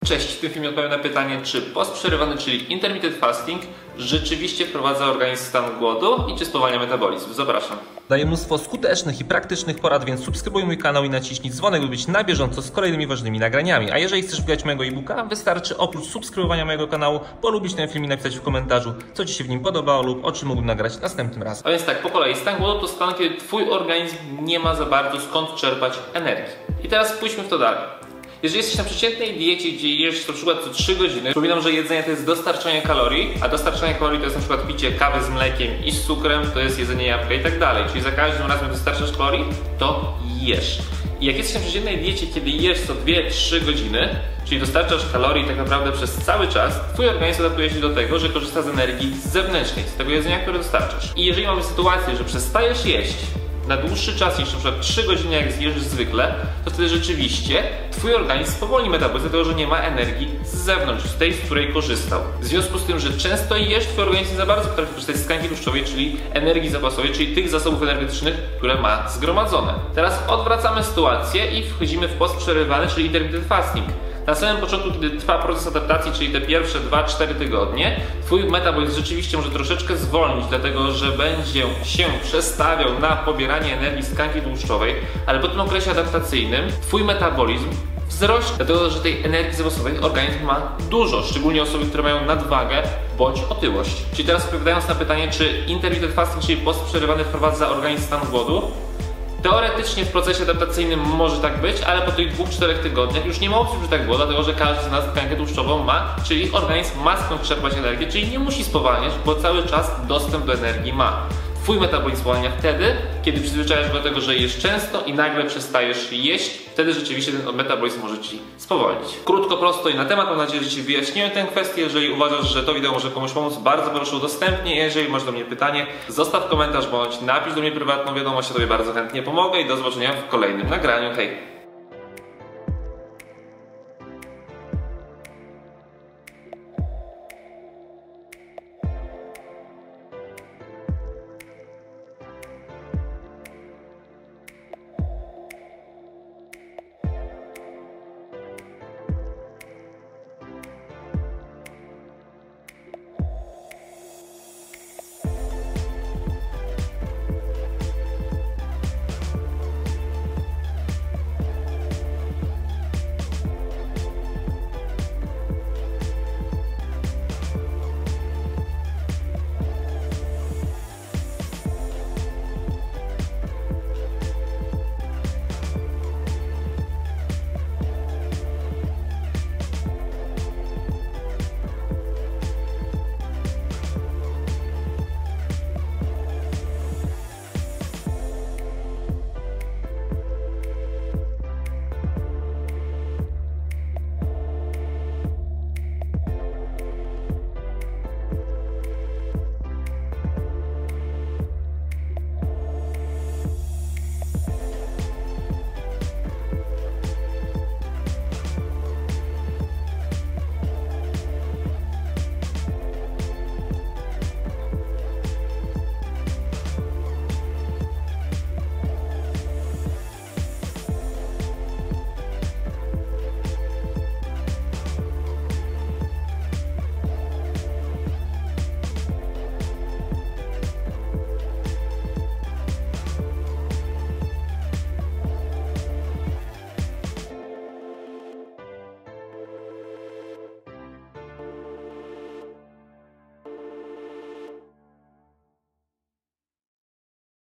Cześć, w tym filmie odpowiem na pytanie, czy post przerywany, czyli intermittent fasting, rzeczywiście wprowadza organizm w stan głodu i czy spowalnia metabolizm. Zapraszam. Daję mnóstwo skutecznych i praktycznych porad, więc subskrybuj mój kanał i naciśnij dzwonek, by być na bieżąco z kolejnymi ważnymi nagraniami. A jeżeli chcesz wgrać mojego e-booka, wystarczy oprócz subskrybowania mojego kanału polubić ten film i napisać w komentarzu, co Ci się w nim podobało lub o czym mógłbym nagrać następnym razem. A więc tak, po kolei, stan głodu to stan, kiedy Twój organizm nie ma za bardzo skąd czerpać energii. I teraz pójdźmy w to dalej. Jeżeli jesteś na przeciętnej diecie, gdzie jesz na przykład co 3 godziny, przypominam, że jedzenie to jest dostarczanie kalorii, a dostarczanie kalorii to jest na przykład picie kawy z mlekiem i z cukrem, to jest jedzenie jabłka i tak dalej. Czyli za każdym razem dostarczasz kalorii, to jesz. I jak jesteś na przeciętnej diecie, kiedy jesz co 2-3 godziny, czyli dostarczasz kalorii tak naprawdę przez cały czas, Twój organizm adaptuje się do tego, że korzysta z energii zewnętrznej, z tego jedzenia, które dostarczasz. I jeżeli mamy sytuację, że przestajesz jeść na dłuższy czas niż na przykład 3 godziny, jak zjesz zwykle, to wtedy rzeczywiście Twój organizm spowolni metabolizm, dlatego że nie ma energii z zewnątrz, z tej, z której korzystał. W związku z tym, że często jesz, Twój organizm nie za bardzo potrafi korzystać z tkanki tłuszczowej, czyli energii zapasowej, czyli tych zasobów energetycznych, które ma zgromadzone. Teraz odwracamy sytuację i wchodzimy w post przerywany, czyli intermittent fasting. Na samym początku, kiedy trwa proces adaptacji, czyli te pierwsze 2-4 tygodnie, Twój metabolizm rzeczywiście może troszeczkę zwolnić, dlatego że będzie się przestawiał na pobieranie energii z tkanki tłuszczowej, ale po tym okresie adaptacyjnym Twój metabolizm wzrośnie, dlatego że tej energii zapasowej organizm ma dużo, szczególnie osoby, które mają nadwagę bądź otyłość. Czyli teraz odpowiadając na pytanie, czy intermittent fasting, czyli post przerywany, wprowadza organizm w stan głodu? Teoretycznie w procesie adaptacyjnym może tak być, ale po tych 2-4 tygodniach już nie ma opcji, że tak było, dlatego że każdy z nas tkankę tłuszczową ma, czyli organizm ma skąd czerpać energię, czyli nie musi spowalniać, bo cały czas dostęp do energii ma. Twój metabolizm spowalnia wtedy, kiedy przyzwyczajasz do tego, że jesz często i nagle przestajesz jeść, wtedy rzeczywiście ten metabolizm może Ci spowolnić. Krótko, prosto i na temat, mam nadzieję, że Ci wyjaśniłem tę kwestię. Jeżeli uważasz, że to wideo może komuś pomóc, bardzo proszę udostępnij. Jeżeli masz do mnie pytanie, zostaw komentarz bądź napisz do mnie prywatną wiadomość, ja Tobie bardzo chętnie pomogę i do zobaczenia w kolejnym nagraniu. Hej!